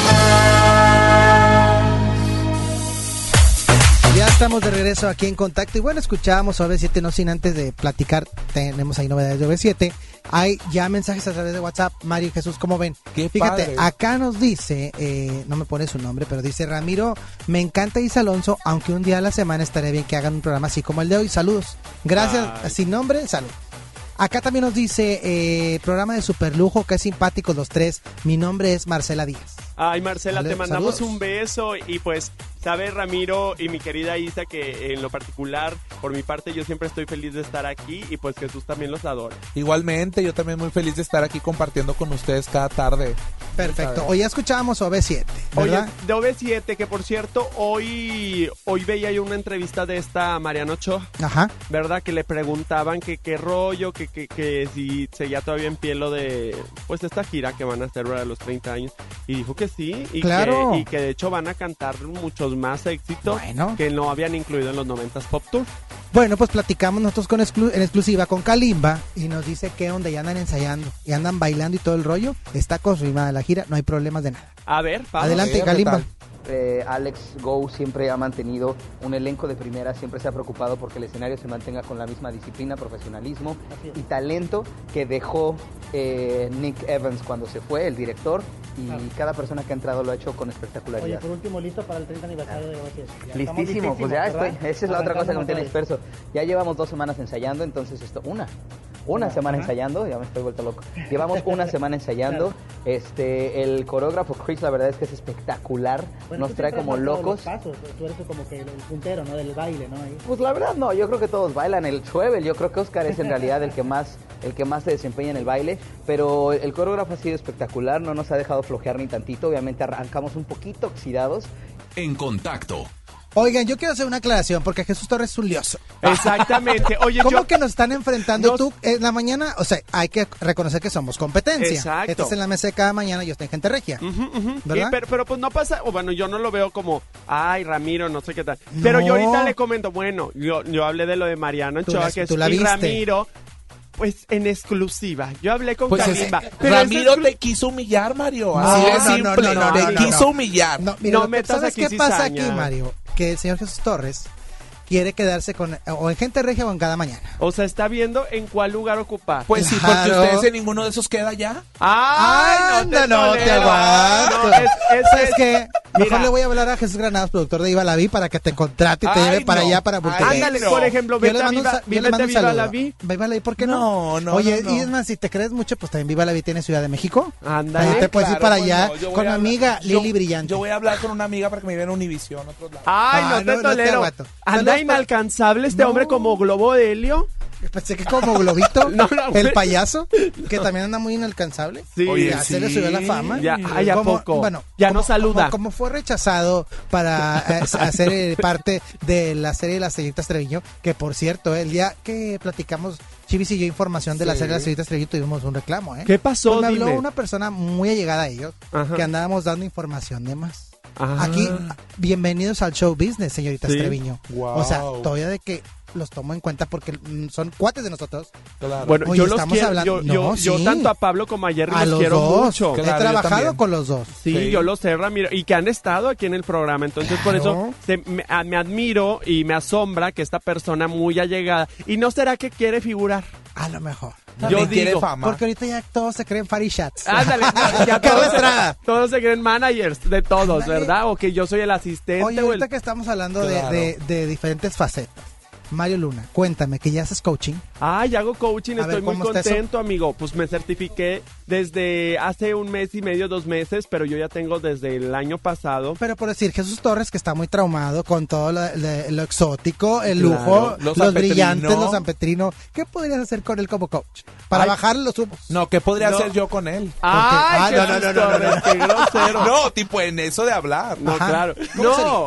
más. Ya estamos de regreso aquí en Contacto y bueno, escuchábamos a OV7, no sin antes de platicar, tenemos ahí novedades de OV7, hay ya mensajes a través de WhatsApp. Mario y Jesús, ¿cómo ven? Qué Fíjate, padre. acá nos dice, no me pone su nombre, pero dice Ramiro, me encanta Isa Alonso, aunque un día a la semana estaría bien que hagan un programa así como el de hoy, saludos, gracias, Ay. sin nombre, salud. Acá también nos dice, programa de superlujo, qué simpáticos los tres, mi nombre es Marcela Díaz. Ay, Marcela, Vale, te mandamos saludos. un beso y pues Sabe, Ramiro y mi querida Isa, que en lo particular, por mi parte, yo siempre estoy feliz de estar aquí y pues Jesús también los adora. Igualmente, yo también muy feliz de estar aquí compartiendo con ustedes cada tarde. Perfecto. Hoy ya escuchábamos OV7, ¿verdad? Oye, de OV7, que por cierto, hoy veía yo una entrevista de esta Mariana Ochoa. Ajá. ¿Verdad? Que le preguntaban que qué rollo, que si seguía todavía en pie lo de, pues esta gira que van a hacer para los 30 años. Y dijo que sí. Y claro. Que de hecho van a cantar muchos más éxitos que no habían incluido en los 90s Pop Tour. Bueno, pues platicamos nosotros en exclusiva con Kalimba y nos dice que onda, ya andan ensayando y andan bailando y todo el rollo. Está confirmada la gira, no hay problemas de nada. A ver, vamos. Adelante, Kalimba. Alex Go siempre ha mantenido un elenco de primera, siempre se ha preocupado porque el escenario se mantenga con la misma disciplina, profesionalismo y talento que dejó Nick Evans cuando se fue, el director, y cada persona que ha entrado lo ha hecho con espectacularidad. Oye, por último, listo para el 30 aniversario de OV7. Listísimo, pues ya estoy, esa es la otra cosa que me tiene disperso. Ya llevamos 2 semanas ensayando, entonces una semana ensayando, ya me estoy vuelto loco. Llevamos una semana ensayando. El coreógrafo Chris, la verdad es que es espectacular. Bueno, nos trae como locos. Tú eres como que el puntero, ¿no? Del baile, ¿no? Ahí. Pues la verdad no, yo creo que todos bailan el Schwebel. Yo creo que Oscar es en realidad el que más se desempeña en el baile, pero el coreógrafo ha sido espectacular, no nos ha dejado flojear ni tantito. Obviamente arrancamos un poquito oxidados. En Contacto. Oigan, yo quiero hacer una aclaración porque Jesús Torres es un lioso. Exactamente. Oye, ¿cómo que nos están enfrentando tú en la mañana? O sea, hay que reconocer que somos competencia. Exacto. Estás en la mesa de cada mañana y yo estoy en Gente Regia. ¿Verdad? Pero pues no pasa, o bueno, yo no lo veo como, ay, Ramiro, no sé qué tal. Pero yo ahorita le comento, bueno, yo hablé de lo de Mariana Ochoa, que es tú la viste. Ramiro. Pues en exclusiva. Yo hablé con Kalimba. Ramiro te quiso humillar, Mario. Así de simple. Te quiso humillar. No metas aquí cizaña. ¿Sabes qué pasa aquí, Mario? Que el señor Jesús Torres quiere quedarse o en Gente Regia o en Cada Mañana. O sea, está viendo en cuál lugar ocupar. Pues sí, porque ustedes en ninguno de esos queda ya. ¡Ay, no te aguanto! Es que mejor le voy a hablar a Jesús Granados, productor de Viva la Vi, para que te contrate y te lleve para allá, para Multimedia. Ándale, por ejemplo, vete a Viva la Vi. Viva la Vi, ¿por qué no? Oye, y es más, si te crees mucho, pues también Viva la Vi tiene Ciudad de México. Ándale. Ahí te puedes ir para allá con mi amiga Lili Brillante. Yo voy a hablar con una amiga para que me lleven a Univisión, otros lados. Ay, no te tolero. Anda inalcanzable este hombre como globo de helio. Pensé que como Globito, el payaso, que también anda muy inalcanzable. Sí. Oye, ya se le subió la fama. Ya, ¿a poco? Bueno, ya no saluda. Como fue rechazado para hacer parte de la serie de las señoritas Treviño, que por cierto, el día que platicamos Chivis y yo información de la serie de las señoritas Treviño, tuvimos un reclamo, ¿Qué pasó? Pues me habló una persona muy allegada a ellos, que andábamos dando información de más. Aquí, bienvenidos al show business, señoritas Treviño. Wow. O sea, todavía de que los tomo en cuenta porque son cuates de nosotros. Claro. Bueno, oye, yo los estamos quiero, hablando, yo tanto a Pablo como a Jerry los quiero dos. mucho. Claro, he trabajado con los dos. Sí, yo lo sé, Ramiro, y que han estado aquí en el programa, entonces por eso me admiro y me asombra que esta persona muy allegada, y no será que quiere figurar. A lo mejor. Yo digo, fama. Porque ahorita ya todos se creen Fari Shots. Ándale, ya todos se creen managers de todos, ¿verdad? O que yo soy el asistente. Oye, ahorita que estamos hablando de diferentes facetas. Mario Luna, cuéntame, que ya haces coaching. Ay, hago coaching, estoy muy contento, amigo. Pues me certifiqué desde hace 1 mes y medio, 2 meses, pero yo ya tengo desde el año pasado. Pero por decir, Jesús Torres, que está muy traumado con todo lo exótico, el lujo, los brillantes, los sanpetrinos. ¿Qué podrías hacer con él como coach? Para bajar los humos. No, ¿qué podría hacer yo con él? Ay, no, qué grosero. No, tipo en eso de hablar. No, claro. No,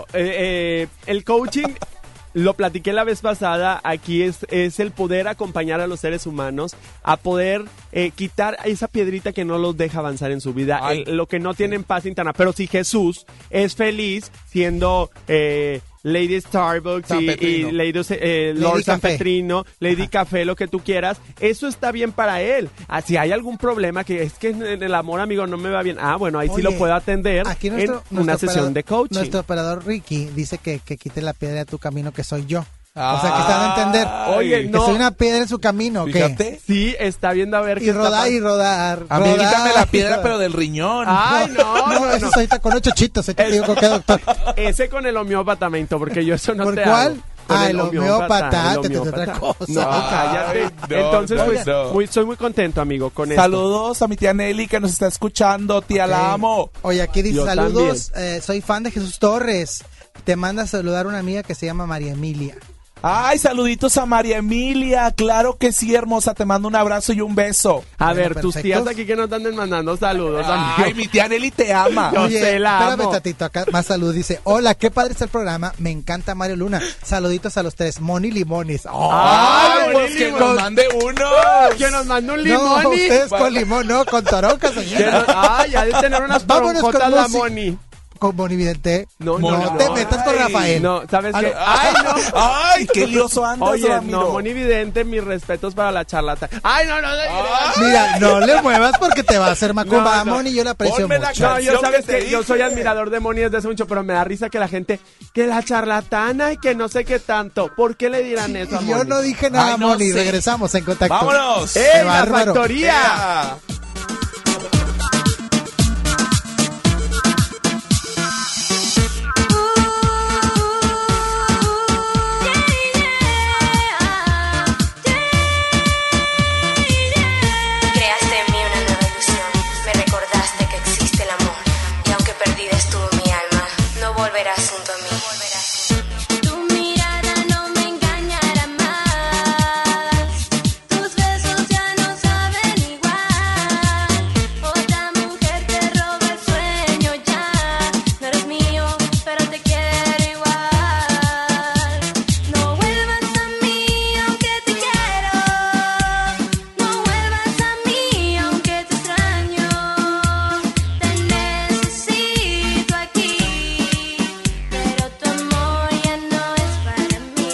el coaching... Lo platiqué la vez pasada, aquí es el poder acompañar a los seres humanos a poder quitar esa piedrita que no los deja avanzar en su vida, lo que no tienen paz interna. Pero si Jesús es feliz siendo Lady Starbucks y Lord San Petrino, Lady Café, lo que tú quieras, eso está bien para él. Si hay algún problema que es que en el amor, amigo, no me va bien, bueno, ahí sí lo puedo atender aquí en una sesión de coaching. Nuestro operador Ricky dice que quite la piedra de tu camino, que soy yo. O sea, que está dando a entender. Oye, que soy una piedra en su camino. Fíjate. Sí, está viendo a ver y rodar. A mí quítame la piedra, pero del riñón. Ay, no. Eso es ahorita con 8 chitos. Te digo con qué doctor. Ese con el homeópata, porque yo eso no ¿Por te cuál? hago. El homeópata, te otra cosa. No, cállate. Entonces, soy muy contento, amigo, con esto. Saludos a mi tía Nelly que nos está escuchando. Tía, la amo. Oye, aquí dice, saludos, soy fan de Jesús Torres. te manda a saludar una amiga que se llama María Emilia. Ay, saluditos a María Emilia, claro que sí, hermosa, te mando un abrazo y un beso. A ver, tus tías aquí que nos anden mandando saludos. Ay, mi tía Nelly te ama. Yo Oye, se la espérame amo. tantito, acá más salud, dice, hola, qué padre está el programa, me encanta Mario Luna, saluditos a los tres, Moni Limones. Ay, pues Moni que Limón. nos mande uno. Que nos mande un No, limón. ustedes con limón, no, con toronjas, señora. Ay, ha de tener unas Vámonos con toronjotas la música. Moni. Con Bonividente. No, te metas con Rafael. No, ¿sabes qué? Ay, no. Ay, qué lioso andas, Oye, Ramiro. no, Moni Vidente, mis respetos para la charlata. Ay, no. Mira, no le muevas porque te va a hacer macumba. No. Moni yo la aprecio Ponme mucho. la No, yo canción sabes que te que yo dije. soy admirador de Moni desde hace mucho, pero me da risa que la gente, que la charlatana y que no sé qué tanto. ¿Por qué le dirán eso a Moni? Yo no dije nada, Ay, no Moni. sé. Regresamos en contacto. ¡Vámonos! ¡Qué ¡Ey, la bárbaro! factoría! ¡Ea! Creaste en mí una nueva ilusión, me recordaste que existe el amor, y aunque perdida estuvo mi alma, no volverás junto a mí. Tu mirada no me engañará más, tus besos ya no saben igual, otra mujer te roba el sueño ya, no eres mío, pero te quiero igual. No vuelvas a mí aunque te quiero, no vuelvas a mí aunque te extraño, te necesito aquí, pero tu amor ya no es para mí.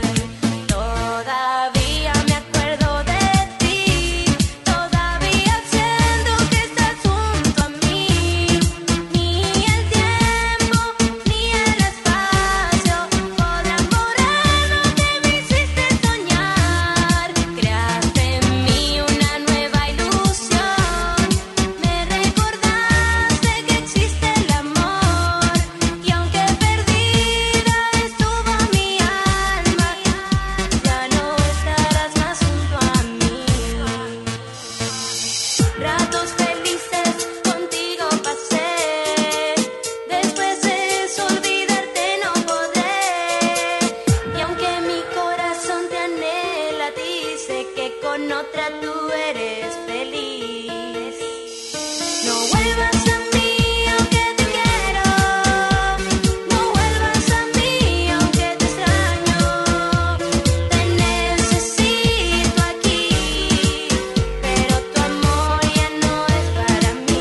Todavía me acuerdo de ti, todavía siento que estás junto a mí. Ni el tiempo ni el espacio podrán borrar lo que me hiciste soñar. Creaste en mí una nueva ilusión, me recordaste que existe el amor, y aunque perdida estuvo mi alma, ya no estarás más junto a mí. Ratos felices contigo pasé, después de eso olvidarte no podré, y aunque mi corazón te anhela, dice que con otra tú eres feliz. No vuelvas a mí aunque te quiero, no vuelvas a mí aunque te extraño, te necesito aquí, pero tu amor ya no es para mí.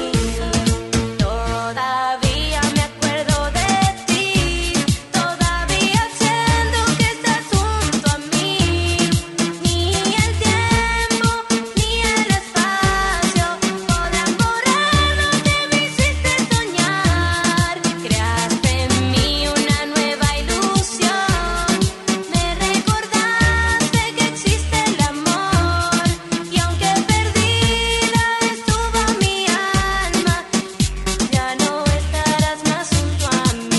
Todavía me acuerdo de ti, todavía siento que estás junto a mí. Ni el tiempo ni el espacio podrán borrar lo que me hiciste soñar. Creaste en mí una nueva ilusión, me recordaste que existe el amor, y aunque perdida estuvo mi alma, ya no estarás más junto a mí.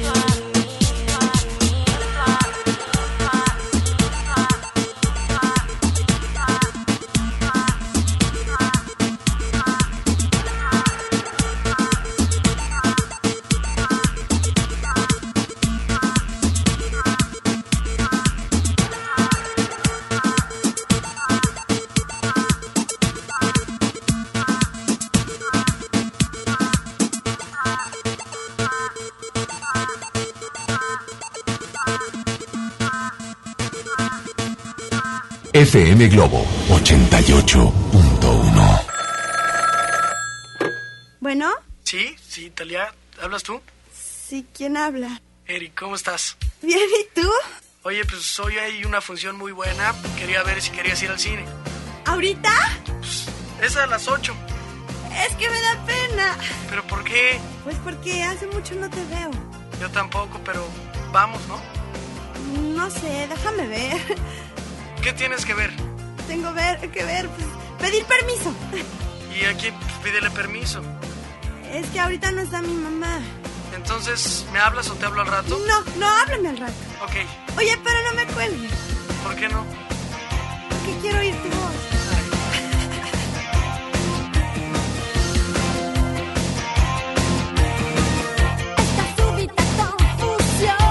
FM Globo 88.1. Bueno, Sí, Talia, ¿hablas tú? sí, ¿quién habla? Eric, ¿cómo estás? Bien, ¿y tú? Oye, pues hoy hay una función muy buena. Quería ver si querías ir al cine. ¿Ahorita? Es a las 8. Es que me da pena. ¿Pero por qué? Pues porque hace mucho no te veo. Yo tampoco, pero vamos, ¿no? No sé, déjame ver. ¿Qué tienes que ver? Tengo que ver, pues, pedir permiso. Y aquí pues, pídele permiso. Es que ahorita no está mi mamá. Entonces, ¿me hablas o te hablo al rato? No, háblame al rato. Ok. Oye, pero no me cuelgues. ¿Por qué no? Porque quiero oír tu voz. Esta súbita confusión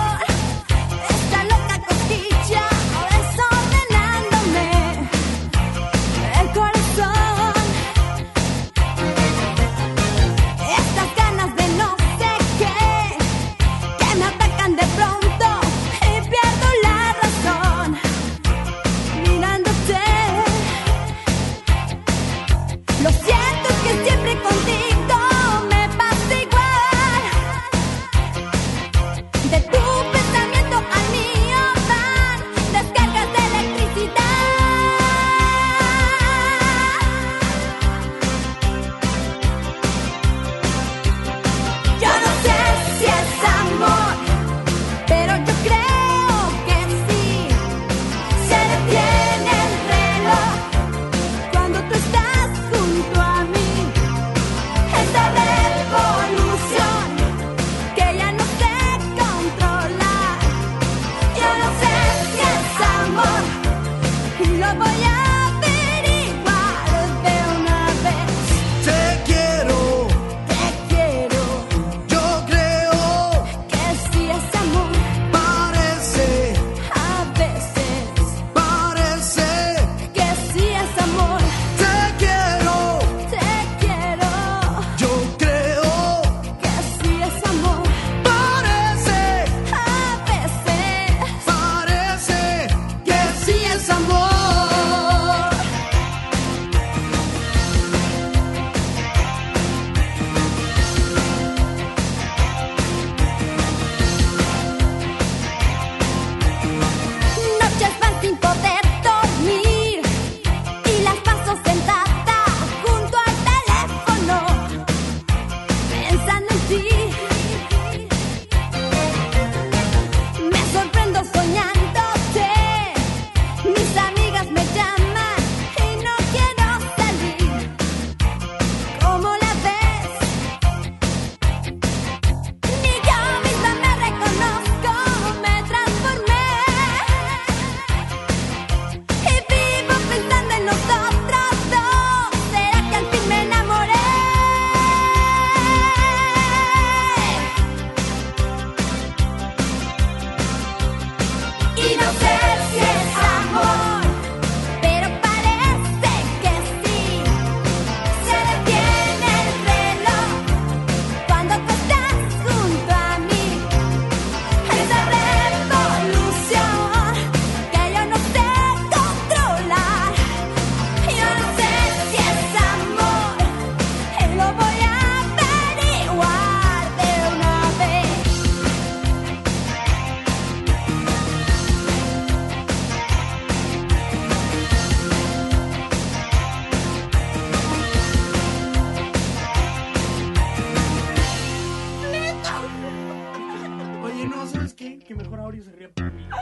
¿sabes qué? Que mejor Aureo se ría por mí.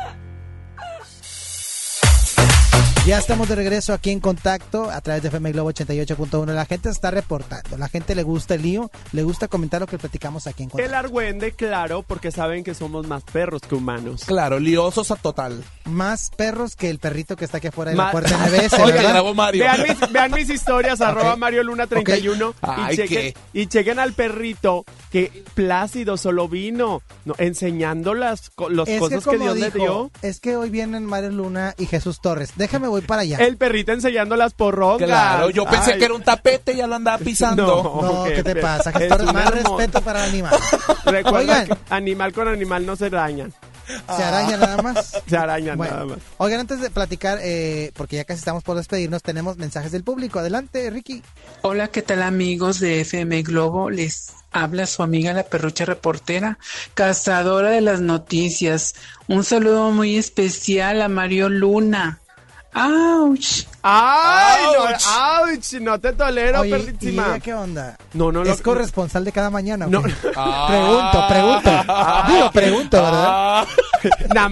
Ya estamos de regreso aquí en Contacto a través de FM Globo 88.1. La gente se está reportando, la gente le gusta el lío, le gusta comentar lo que platicamos aquí en Contacto. El argüende, claro, porque saben que somos más perros que humanos. Claro, liosos a total. Más perros que el perrito que está aquí afuera de la puerta MBS, Oye, ¿verdad? grabó Mario. Vean mis historias, Ok. @Mario Luna 31 Ay, y chequen al perrito que plácido solo vino, no, enseñando las cosas que Dios le dio. Es que hoy vienen Mario Luna y Jesús Torres. Déjame, voy para allá. El perrito enseñando las porrongas. Claro, yo pensé que era un tapete y ya lo andaba pisando. No, ¿qué te pasa? Es Jesús Torres, un más hermoso. respeto para el animal. Recuerda Oigan. que animal con animal no se dañan. ¿Se araña nada más? Se arañan Bueno, nada más. Oigan, antes de platicar, porque ya casi estamos por despedirnos, tenemos mensajes del público. Adelante, Ricky. Hola, ¿qué tal amigos de FM Globo? Les habla su amiga la perrucha reportera, cazadora de las noticias. Un saludo muy especial a Mario Luna. ¡Auch! ¡Ay! ¡Auch! ¡Ouch! No te tolero, Oye, ¿y perrísima. ella qué onda? No, ¿Es corresponsal de cada mañana? ¿o No. qué? Pregunto. Digo, pregunto, ¿verdad? Nada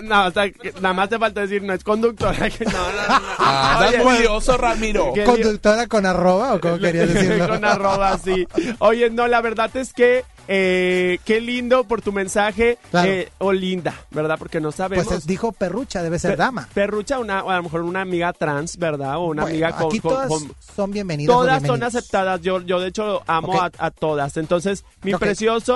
más te falta decir, no es conductora. Que no. Andas Oye, muy lioso, Ramiro. ¿Qué ¿Conductora con arroba o cómo querías decirlo? Con arroba, sí. Oye, no, la verdad es que qué lindo por tu mensaje. Claro. O linda, ¿verdad? Porque no sabemos. Pues dijo perrucha, debe ser dama. Perrucha, o a lo mejor una amiga trans, ¿verdad? O una Bueno, amiga con... aquí todas con- son bienvenidas. o Todas son bienvenidos. aceptadas. Yo de hecho amo Ok. a todas. Entonces, mi Ok.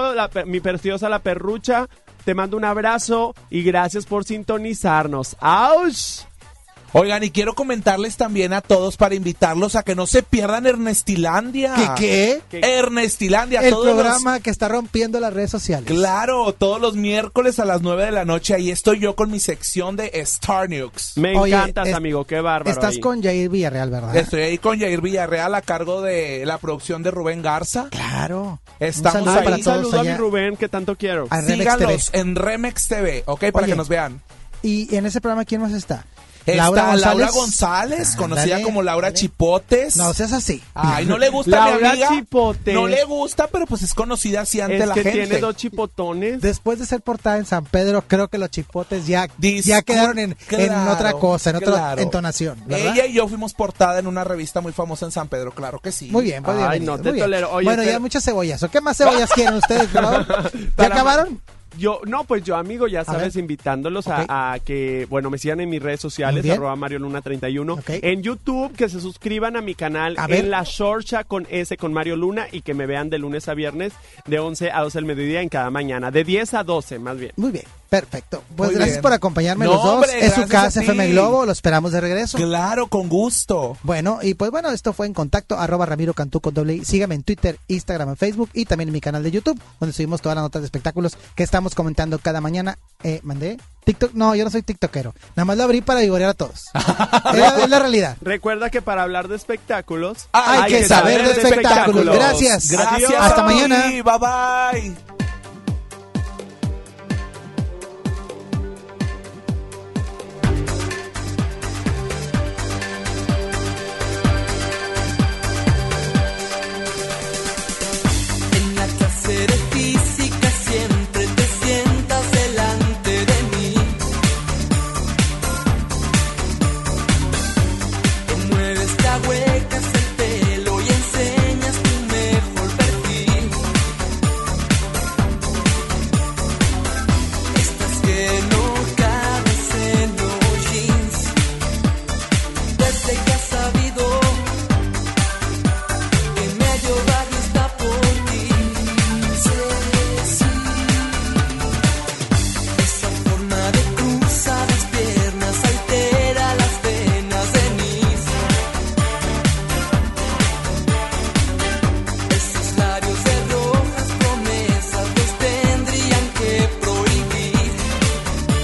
mi preciosa la perrucha, te mando un abrazo y gracias por sintonizarnos. ¡Auch! Oigan, y quiero comentarles también a todos para invitarlos a que no se pierdan Ernestilandia. ¿Qué? Ernestilandia. El todos los- programa que está rompiendo las redes sociales. Claro, todos los miércoles a las 9 de la noche. Ahí estoy yo con mi sección de Star News. Me Oye, encantas, amigo. Qué bárbaro. Estás ahí. con Jair Villarreal, ¿verdad? Estoy ahí con Jair Villarreal a cargo de la producción de Rubén Garza. Claro. Estamos Un saludo ahí. para Un todos saludo a mi allá. Rubén, que tanto quiero. A Remex Sígalos TV. en Remex TV, ¿ok? Para Oye, que nos vean. Y en ese programa, ¿quién más está? Está Laura González, conocida Ándale, como Laura ándale. Chipotes. No seas así. Ay, no le gusta a mi Laura amiga. Chipotes. No le gusta, pero pues es conocida así ante Es la que gente. tiene 2 chipotones. Después de ser portada en San Pedro, creo que los chipotes ya quedaron en Claro, otra cosa, en otra claro. entonación, ¿verdad? Ella y yo fuimos portada en una revista muy famosa en San Pedro, claro que sí. Muy bien, pues Ay, bienvenidos, no te muy bien. tolero. Oye, Bueno, pero- ya muchas cebollas. ¿O qué más cebollas quieren ustedes, por favor? ¿Ya Para- acabaron? Pues yo, amigo, ya sabes, ver. invitándolos Ok. a que, bueno, me sigan en mis redes Muy sociales, bien. @Mario Luna 31. Ok. En YouTube, que se suscriban a mi canal A ver. en La Shorcha con Mario Luna y que me vean de lunes a viernes de 11 a 12 del mediodía en cada mañana. De 10 a 12, más bien. Muy bien, perfecto. Pues Muy gracias bien. por acompañarme No, los dos. hombre, Es su gracias a casa ti. FM Globo, lo esperamos de regreso. Claro, con gusto. Bueno, y pues bueno, esto fue En Contacto, @Ramiro Cantú con doble I. Sígame en Twitter, Instagram, en Facebook y también en mi canal de YouTube, donde subimos todas las notas de espectáculos que estamos comentando cada mañana. ¿Mandé? TikTok, no, yo no soy tiktokero. Nada más lo abrí para vigorear a todos. es la realidad. Recuerda que para hablar de espectáculos Hay que saber de espectáculos. Gracias. Gracias. Hasta a ti. mañana. Bye bye. En la clase de física siempre te sientas delante de mí. Te mueves, te ahuecas el pelo y enseñas tu mejor perfil. Estás que no cabes en los jeans. Desde que has sabido que medio barrio está por ti. Esa forma de cruzar las piernas altera las venas de mis. Esos labios de rojas promesas los tendrían que prohibir.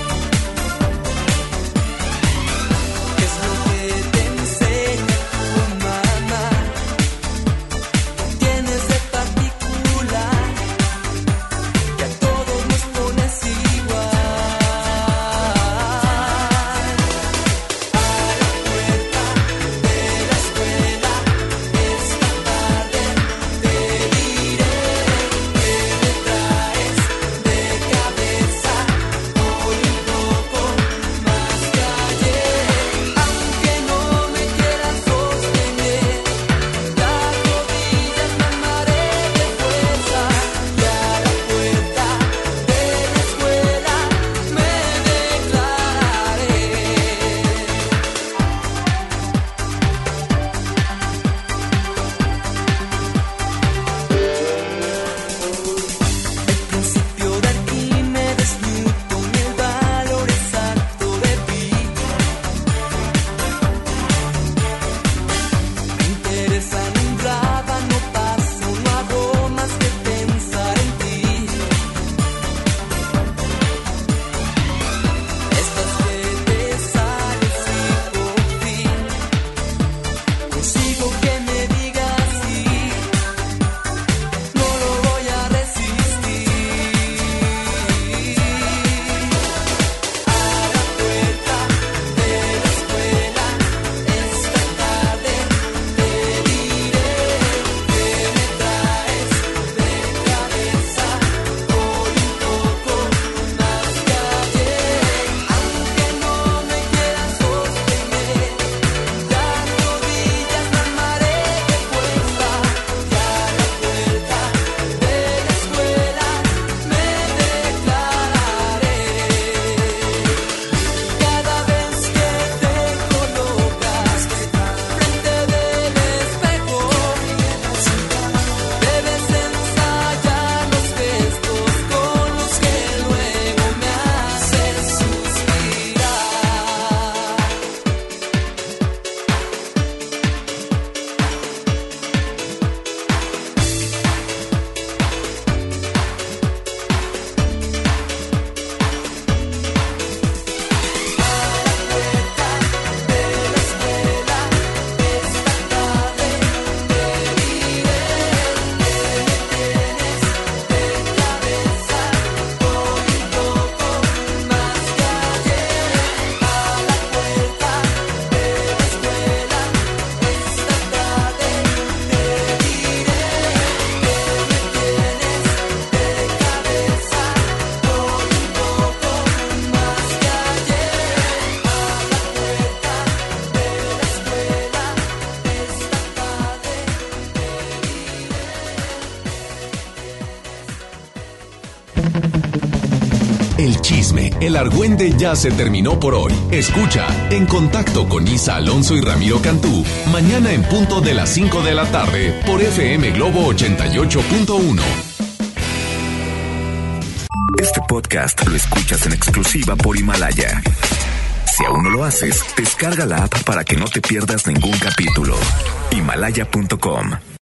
El chisme, el argüende ya se terminó por hoy. Escucha En Contacto con Isa Alonso y Ramiro Cantú mañana en punto de las 5 de la tarde por FM Globo 88.1. Este podcast lo escuchas en exclusiva por Himalaya. Si aún no lo haces, descarga la app para que no te pierdas ningún capítulo. Himalaya.com